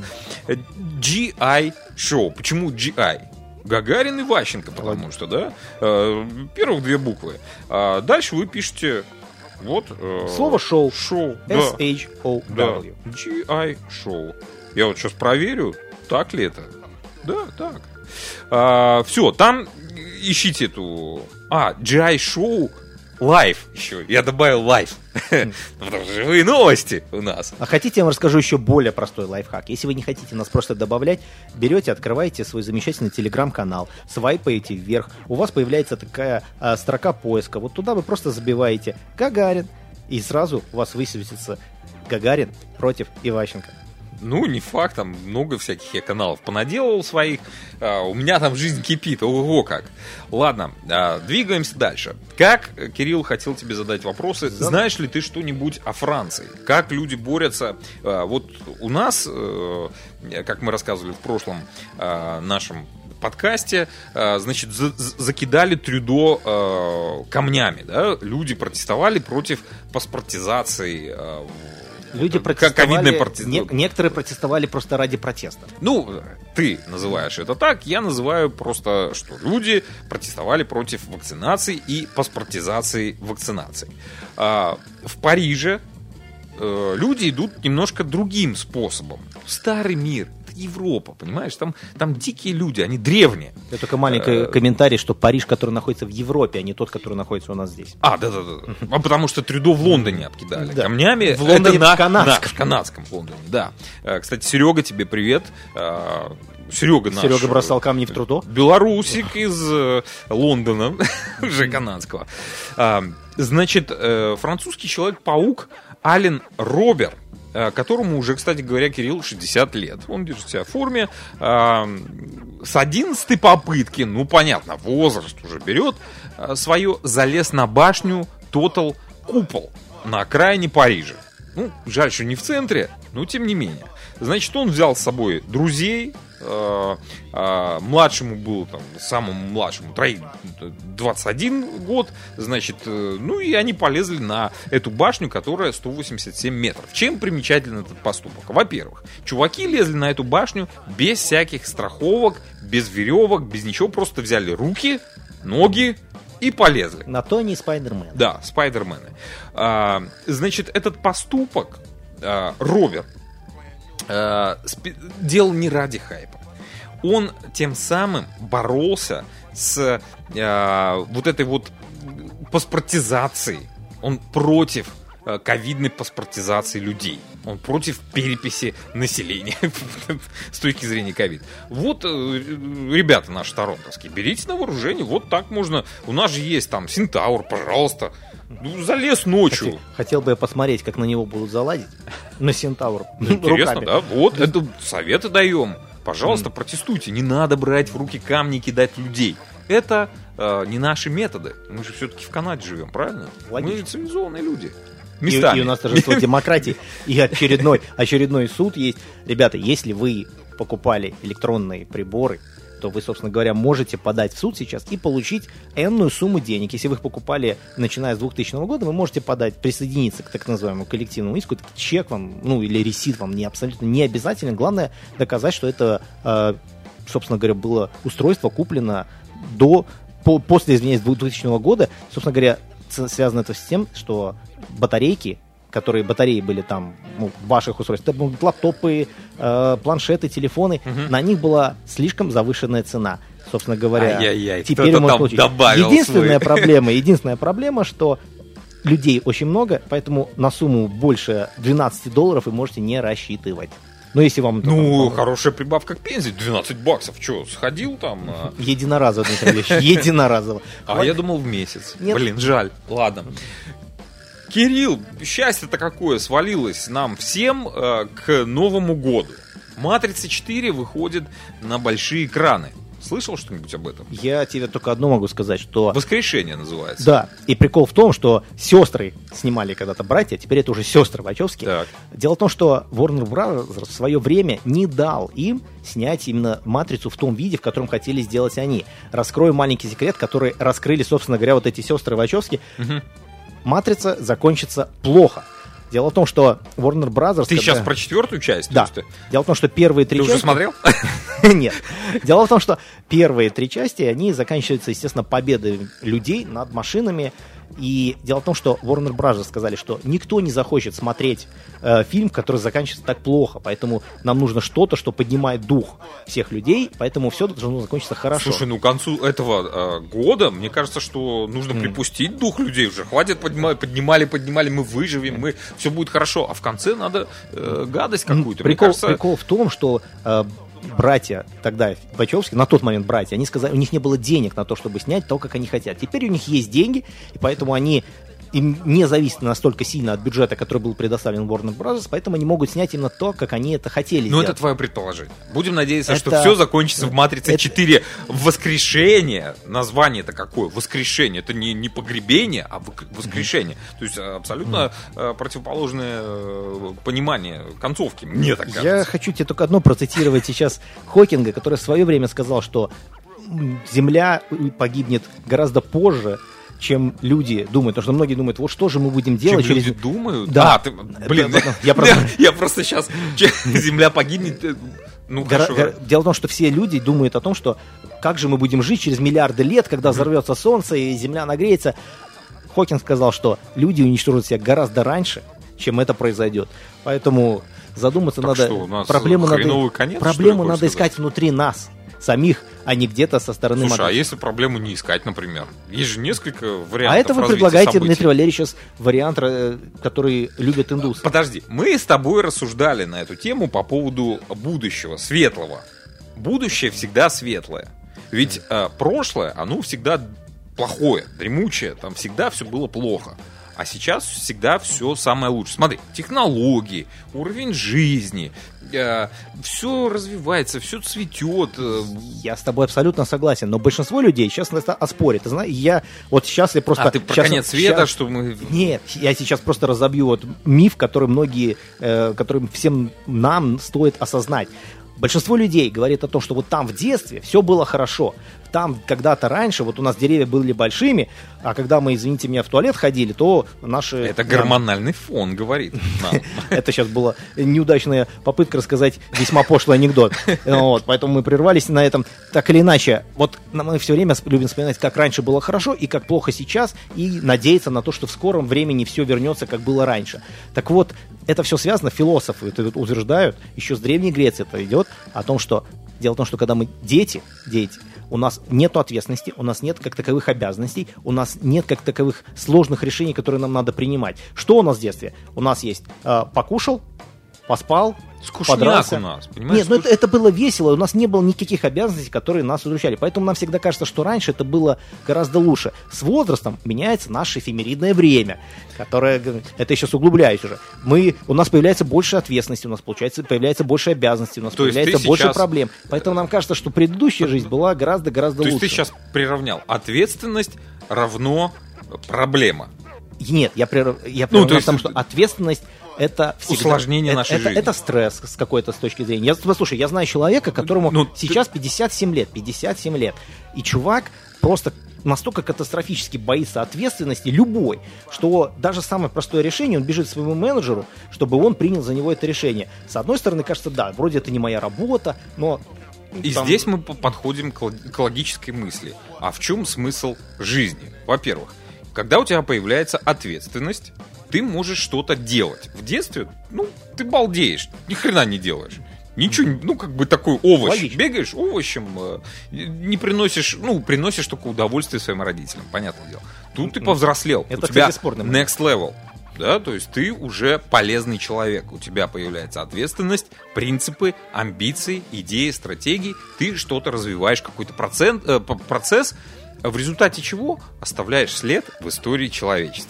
джи ай Show. Почему джи ай? Гагарин и Ващенко, потому что, да? Э, первых две буквы. А дальше вы пишете вот... Э, слово шоу. Шоу. эс эйч о дабл ю. Да. джи ай Show. Я вот сейчас проверю, так ли это. Да, так. А, все, там ищите эту... А, джи ай Show Live еще. Я добавил Live. Потому что живые новости у нас. А хотите, я вам расскажу еще более простой лайфхак. Если вы не хотите нас просто добавлять, берете, открываете свой замечательный телеграм-канал, свайпаете вверх, у вас появляется такая а, строка поиска. Вот туда вы просто забиваете «Гагарин», и сразу у вас высветится «Гагарин против Иващенко». Ну, не факт, там много всяких я каналов понаделал своих. А, у меня там жизнь кипит, ого как. Ладно, а, двигаемся дальше. Как, Кирилл, хотел тебе задать вопросы. Да. Знаешь ли ты что-нибудь о Франции? Как люди борются? А, вот у нас, а, как мы рассказывали в прошлом а, нашем подкасте, а, значит, за- закидали Трюдо а, камнями. Да? Люди протестовали против паспортизации а, Люди протестовали, не, некоторые протестовали просто ради протеста. Ну, ты называешь это так, я называю просто, что люди протестовали против вакцинации и паспортизации вакцинаций. А, в Париже э, люди идут немножко другим способом. Старый мир, Европа, понимаешь? Там, там дикие люди, они древние. Это только маленький комментарий, что Париж, который находится в Европе, а не тот, который находится у нас здесь. А, да-да-да. А потому что Трюдо в Лондоне откидали да. камнями. В Лондоне, на, в канадском. Да, в канадском Лондоне, да. Кстати, Серега, тебе привет. Серега наш. Серега бросал камни в Трюдо. Белорусик из Лондона, уже канадского. Значит, французский Человек-паук Ален Робер, которому уже, кстати говоря, Кирилл шестьдесят лет. Он держит себя в форме. С одиннадцатой попытки, ну, понятно, возраст уже берет, свое залез на башню Total Купол на окраине Парижа. Ну, жаль, что не в центре, но тем не менее. Значит, он взял с собой друзей. Младшему был, там, самому младшему двадцать один год, значит, ну и они полезли на эту башню, которая сто восемьдесят семь метров. Чем примечателен этот поступок? Во-первых, чуваки лезли на эту башню без всяких страховок, без веревок, без ничего, просто взяли руки, ноги и полезли. На то не Спайдермен. Да, Спайдермены. А, значит, этот поступок а, Ровер а, спи- делал не ради хайпа. Он тем самым боролся с а, вот этой вот паспортизацией. Он против а, ковидной паспортизации людей. Он против переписи населения с точки зрения ковид. Вот, ребята наши торонтовские, берите на вооружение, вот так можно. У нас же есть там Синтаур, пожалуйста. Ну, залез ночью. Хотел, хотел бы я посмотреть, как на него будут залазить. На Синтаур. Интересно, да? Вот, это советы даем. Пожалуйста, протестуйте. Не надо брать в руки камни и кидать людей. Это э, не наши методы. Мы же все-таки в Канаде живем, правильно? Логично. Мы цивилизованные люди. И, и у нас торжество демократии. И очередной, очередной суд есть. Ребята, если вы покупали электронные приборы, то вы, собственно говоря, можете подать в суд сейчас и получить энную сумму денег. Если вы их покупали, начиная с двухтысячного года, вы можете подать, присоединиться к так называемому коллективному иску. Чек вам, ну, или ресит вам не абсолютно не обязательно. Главное доказать, что это, э, собственно говоря, было устройство куплено до, по, после, извиняюсь, двухтысячного года. Собственно говоря, связано это с тем, что батарейки, которые батареи были там, ну, в ваших устройствах, лаптопы, э, планшеты, телефоны, угу. на них была слишком завышенная цена. Собственно говоря, Ай-яй-яй, теперь можно получить. Единственная свой. проблема, единственная проблема, что людей очень много, поэтому на сумму больше двенадцать долларов вы можете не рассчитывать. Ну, если вам... Ну, там, хорошая прибавка к пенсии, двенадцать баксов. Че, сходил там? Единоразово, Дмитрий Ильич, единоразово. А я думал в месяц. Блин, жаль. Ладно. Кирилл, счастье-то какое свалилось нам всем э, к Новому году. «Матрица четыре» выходит на большие экраны. Слышал что-нибудь об этом? Я тебе только одно могу сказать, что... «Воскрешение» называется. Да, и прикол в том, что сестры снимали когда-то братья, теперь это уже сестры Вачовски. Так. Дело в том, что Warner Bros. В свое время не дал им снять именно «Матрицу» в том виде, в котором хотели сделать они. Раскрою маленький секрет, который раскрыли, собственно говоря, вот эти сестры Вачовски. Угу. «Матрица» закончится плохо. Дело в том, что Warner Bros. Ты когда... сейчас про четвертую часть? Да. Ты... Дело в том, что первые три Ты части... уже смотрел? Нет. Дело в том, что первые три части, они заканчиваются, естественно, победой людей над машинами. И дело в том, что Warner Bros. Сказали, что никто не захочет смотреть э, фильм, который заканчивается так плохо. Поэтому нам нужно что-то, что поднимает дух всех людей. Поэтому все должно закончиться хорошо. Слушай, ну к концу этого э, года, мне кажется, что нужно mm. припустить дух людей уже. Хватит, поднимали, поднимали, поднимали, мы выживем, мы, все будет хорошо. А в конце надо э, гадость какую-то. Прикол, кажется... прикол в том, что... Э, братья тогда Вачовски, на тот момент братья, они сказали, у них не было денег на то, чтобы снять то, как они хотят. Теперь у них есть деньги, и поэтому они им не зависят настолько сильно от бюджета, который был предоставлен Warner Bros., поэтому они могут снять именно то, как они это хотели Ну, сделать. это твое предположение. Будем надеяться, это... что это... все закончится в «Матрице четыре». Воскрешение. Название-то какое? Воскрешение. Это не, не погребение, а воскрешение. Mm-hmm. То есть абсолютно mm-hmm. противоположное понимание концовки, мне так кажется. Я хочу тебе только одно процитировать сейчас Хокинга, который в свое время сказал, что Земля погибнет гораздо позже, чем люди думают. Потому что многие думают, вот что же мы будем делать. Чем через... люди думают? Да. А, ты, блин, это, это, я, просто... я просто сейчас... Земля погибнет... Ну, гора, гора... Дело в том, что все люди думают о том, что как же мы будем жить через миллиарды лет, когда взорвется солнце и Земля нагреется. Хокинг сказал, что люди уничтожат себя гораздо раньше, чем это произойдет. Поэтому задуматься так надо... Что, у нас проблему надо, конец, проблему надо искать внутри нас самих, а не где-то со стороны Слушай, модели. А если проблему не искать, например? Есть же несколько вариантов. А это вы предлагаете, Дмитрий Валерьевич, сейчас вариант, который любят индусы. Подожди, мы с тобой рассуждали на эту тему по поводу будущего, светлого. Будущее всегда светлое. Ведь э, прошлое, оно всегда плохое, дремучее, там всегда все было плохо. А сейчас всегда все самое лучшее. Смотри, технологии, уровень жизни, э, все развивается, все цветет. Э. Я с тобой абсолютно согласен, но большинство людей сейчас это оспорит. Ты знаешь, я вот сейчас я просто... А ты про сейчас, конец света, сейчас, что мы... Нет, я сейчас просто разобью вот миф, который многие, э, который всем нам стоит осознать. Большинство людей говорит о том, что вот там в детстве все было хорошо. Там когда-то раньше, вот у нас деревья были большими, а когда мы, извините меня, в туалет ходили, то наши... Это гормональный фон говорит нам. Это сейчас была неудачная попытка рассказать весьма пошлый анекдот. Поэтому мы прервались на этом. Так или иначе, вот мы все время любим вспоминать, как раньше было хорошо и как плохо сейчас, и надеяться на то, что в скором времени все вернется, как было раньше. Так вот, это все связано, философы это утверждают, еще с Древней Греции это идет, о том, что дело в том, что когда мы дети, дети, у нас нет ответственности, у нас нет как таковых обязанностей, у нас нет как таковых сложных решений, которые нам надо принимать. Что у нас в детстве? У нас есть э, покушал, поспал, Скучняк подрался. У нас, понимаешь? Нет, ну это, это было весело, у нас не было никаких обязанностей, которые нас удручали. Поэтому нам всегда кажется, что раньше это было гораздо лучше. С возрастом меняется наше эфемеридное время, которое, это еще углубляюсь уже. Мы, у нас появляется больше ответственности, у нас получается, появляется больше обязанностей, у нас То появляется больше сейчас... проблем. Поэтому нам кажется, что предыдущая жизнь была гораздо-гораздо лучше. То есть ты сейчас приравнял ответственность равно проблема. Нет, я приравнял я приравнял ну, есть... потому, что ответственность это всегда, усложнение это, нашей это, жизни. Это стресс с какой-то с точки зрения. Я, слушай, я знаю человека, которому ну, сейчас ты... пятьдесят семь лет, пятьдесят семь лет, и чувак просто настолько катастрофически боится ответственности любой, что даже самое простое решение, он бежит к своему менеджеру, чтобы он принял за него это решение. С одной стороны, кажется, да, вроде это не моя работа, но... И там... здесь мы подходим к логической мысли. А в чем смысл жизни? Во-первых, когда у тебя появляется ответственность, ты можешь что-то делать. В детстве, ну, ты балдеешь, ни хрена не делаешь. Ничего, ну, как бы такой овощ. Логично. Бегаешь овощем, не приносишь, ну, приносишь только удовольствие своим родителям, понятное дело. Тут ты повзрослел. Это, у тебя кстати, next level. Да, то есть ты уже полезный человек. У тебя появляется ответственность, принципы, амбиции, идеи, стратегии. Ты что-то развиваешь, какой-то процент, э, процесс, в результате чего оставляешь след в истории человечества.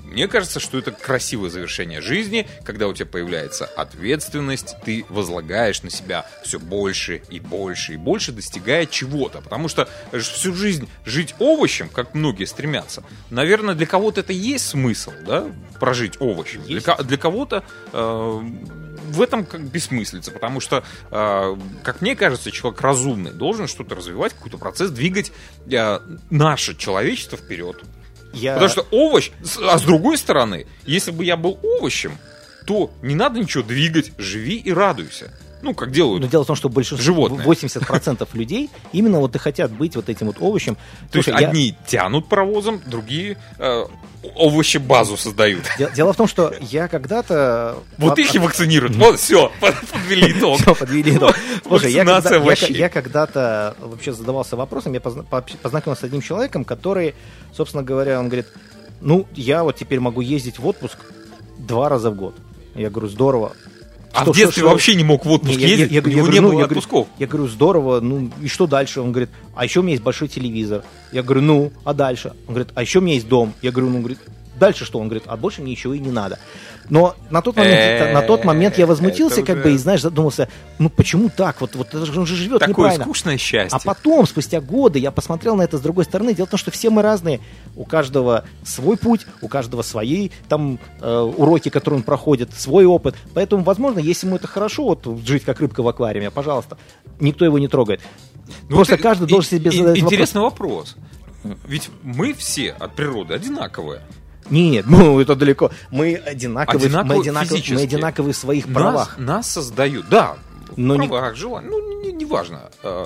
мне кажется, что это красивое завершение жизни, когда у тебя появляется ответственность, ты возлагаешь на себя все больше и больше и больше, достигая чего-то. Потому что всю жизнь жить овощем, как многие стремятся, наверное, для кого-то это есть смысл, да, прожить овощем. Для, для кого-то э, в этом как бессмыслица, потому что, э, как мне кажется, человек разумный должен что-то развивать, какой-то процесс, двигать э, наше человечество вперед. Я... Потому что овощ, а с другой стороны, если бы я был овощем, то не надо ничего двигать, живи и радуйся. Ну, как делают. Но дело в том, что большинство, животные. восемьдесят процентов людей именно вот и хотят быть вот этим вот овощем. То Слушай, есть я... одни тянут паровозом, другие э, овощебазу создают. Дело, дело в том, что я когда-то... Вот их и вакцинируют. Вот, все, подвели итог. Все, подвели итог. Слушай, я, когда, я, я когда-то вообще задавался вопросом, я познакомился с одним человеком, который, собственно говоря, он говорит, ну, я вот теперь могу ездить в отпуск два раза в год. Я говорю, здорово. А что, в детстве что, вообще не мог в отпуск не, ездить, я, я, у него я, не я, было ну, отпусков. Я, я говорю, здорово, ну и что дальше? Он говорит, а еще у меня есть большой телевизор. Я говорю, ну, а дальше? Он говорит, а еще у меня есть дом. Я говорю, ну, говорит, дальше что? Он говорит, а больше ничего и не надо. Но на тот момент, на тот момент я возмутился, как бы, и, знаешь, задумался, ну почему так? Вот, вот он же живет такое неправильно. Такое скучное счастье. А потом, спустя годы, я посмотрел на это с другой стороны. Дело в том, что все мы разные. У каждого свой путь, у каждого свои там э, уроки, которые он проходит, свой опыт. Поэтому, возможно, если ему это хорошо, вот жить как рыбка в аквариуме, пожалуйста, никто его не трогает. Ну, Просто ты, каждый и, должен себе задать и, интересный вопрос. вопрос. Ведь мы все от природы одинаковые. Нет, ну это далеко. Мы одинаковые, одинаково мы, одинаковые мы одинаковые в своих нас, правах. Нас создают, да, но в правах, не... желаниях, ну не, не важно.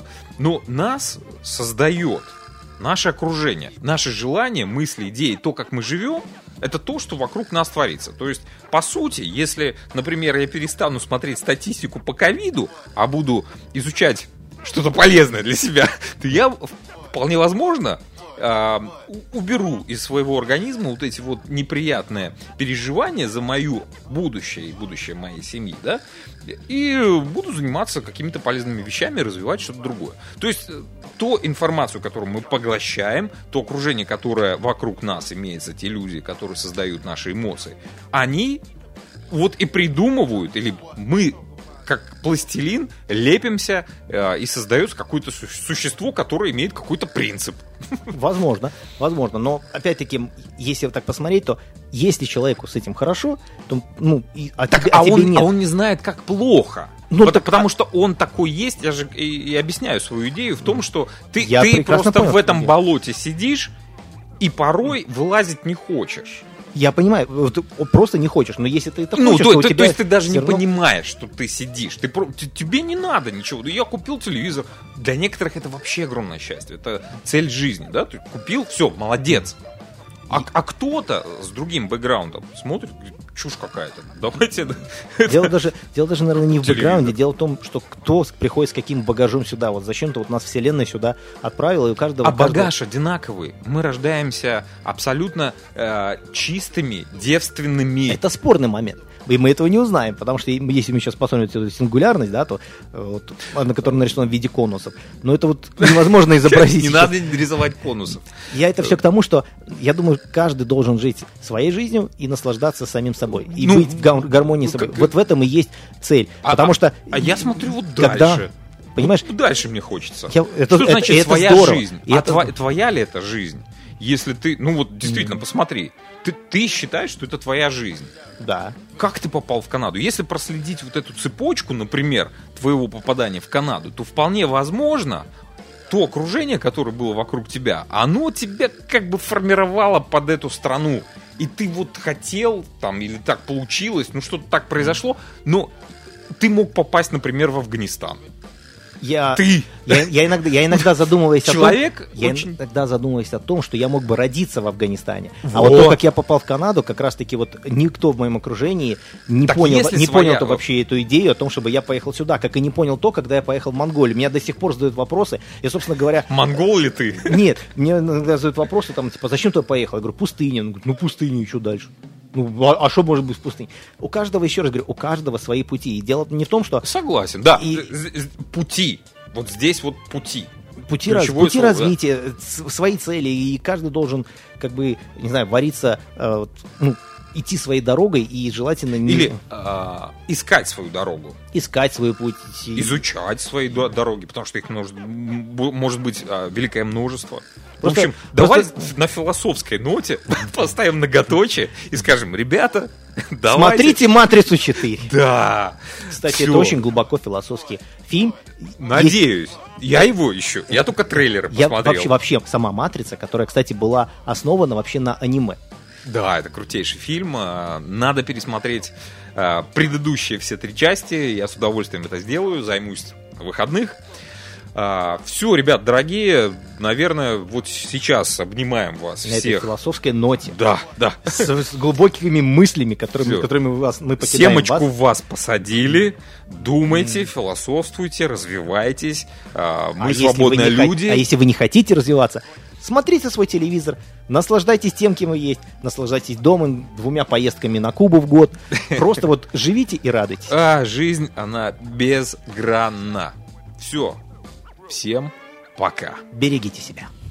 Но нас создает наше окружение, наши желания, мысли, идеи, то, как мы живем, это то, что вокруг нас творится. То есть, по сути, если, например, я перестану смотреть статистику по ковиду, а буду изучать что-то полезное для себя, то я вполне возможно... уберу из своего организма вот эти вот неприятные переживания за мое будущее и будущее моей семьи, да, и буду заниматься какими-то полезными вещами, развивать что-то другое. То есть ту информацию, которую мы поглощаем, то окружение, которое вокруг нас имеется, те люди, которые создают наши эмоции, они вот и придумывают, или мы как пластилин лепимся э, и создается какое-то су- существо, которое имеет какой-то принцип. Возможно, возможно. Но, опять-таки, если так посмотреть, то если человеку с этим хорошо, то, ну, и, а, так, тебе, а, а тебе он, нет. А он не знает, как плохо. Ну, потому, так, потому а... что он такой есть, я же и, и объясняю свою идею в том, что ты, ты просто просто понял, в этом болоте сидишь и порой вылазить не хочешь. Я понимаю, вот, просто не хочешь, но если ты это ну, хочешь, то, то, то, у тебя то есть ты даже не равно... понимаешь, что ты сидишь. Ты, тебе не надо ничего. Я купил телевизор. Для некоторых это вообще огромное счастье. Это цель жизни. Да? Ты купил, все, молодец. А, а кто-то с другим бэкграундом смотрит, говорит, чушь какая-то. Давайте. Дело даже, дело даже, наверное, не в бэкграунде. Дело в том, что кто приходит с каким багажом сюда. Вот зачем-то вот нас Вселенная сюда отправила, и у каждого... А каждого... багаж одинаковый. Мы рождаемся абсолютно э, чистыми, девственными. Это спорный момент. И мы этого не узнаем, потому что если мы сейчас посмотрим эту сингулярность, да, то вот, на которой нарисована в виде конусов, но это вот невозможно изобразить. Не надо рисовать конусов. Я это все к тому, что я думаю, каждый должен жить своей жизнью и наслаждаться самим собой. И быть в гармонии с собой. Вот в этом и есть цель. Потому что... А я смотрю вот дальше. Понимаешь? Дальше мне хочется. Я, это, что значит это, своя это жизнь? И а это... Тва, твоя ли это жизнь? Если ты, ну вот действительно, mm-hmm. посмотри, ты, ты считаешь, что это твоя жизнь. Да. Как ты попал в Канаду? Если проследить вот эту цепочку, например, твоего попадания в Канаду, то вполне возможно, то окружение, которое было вокруг тебя, оно тебя как бы формировало под эту страну. И ты вот хотел, там, или так получилось, ну что-то так произошло, но ты мог попасть, например, в Афганистан. Я, Ты. Я, я, иногда, я иногда задумываюсь Человек о том, я очень... иногда задумываюсь о том, что я мог бы родиться в Афганистане. Вот. А вот то, как я попал в Канаду, как раз-таки вот никто в моем окружении не так понял, не своя... понял то вообще эту идею о том, чтобы я поехал сюда, как и не понял то, когда я поехал в Монголию. Меня до сих пор задают вопросы, и, собственно говоря... Монгол ли ты? Нет, мне иногда задают вопросы, там, типа, зачем ты поехал? Я говорю, пустыня. Он говорит, ну пустыня, и что дальше? Ну, а, а что может быть в пустыне? У каждого, еще раз говорю, у каждого свои пути. И дело не в том, что... Согласен, да. И... Пути. Вот здесь вот пути. Пути, пути, раз, пути слово, развития, да? Свои цели, и каждый должен, как бы, не знаю, вариться, э, ну, идти своей дорогой и желательно не... Или э, искать свою дорогу. Искать свой путь. Изучать свои до- дороги, потому что их может, может быть э, великое множество. Просто, в общем, давай просто... на философской ноте поставим многоточие и скажем, ребята, давайте... Смотрите «Матрицу четыре». Да. Кстати, все. Это очень глубоко философский фильм. Надеюсь. Есть... Я его еще. Я только трейлеры я посмотрел. Вообще, вообще, сама «Матрица», которая, кстати, была основана вообще на аниме. Да, это крутейший фильм. Надо пересмотреть предыдущие все три части. Я с удовольствием это сделаю. Займусь на выходных. Все, ребят, дорогие, наверное, вот сейчас обнимаем вас на всех. Этой философской ноте. Да, да. С, с глубокими мыслями, которыми, которыми вас, мы покидаем Семочку вас. вас посадили. Думайте, mm. философствуйте, развивайтесь. Мы а свободные люди. Хот... А если вы не хотите развиваться, смотрите свой телевизор, наслаждайтесь тем, кем вы есть, наслаждайтесь домом, двумя поездками на Кубу в год. Просто вот живите и радуйтесь. А жизнь, она безгранна. Все. Всем пока. Берегите себя.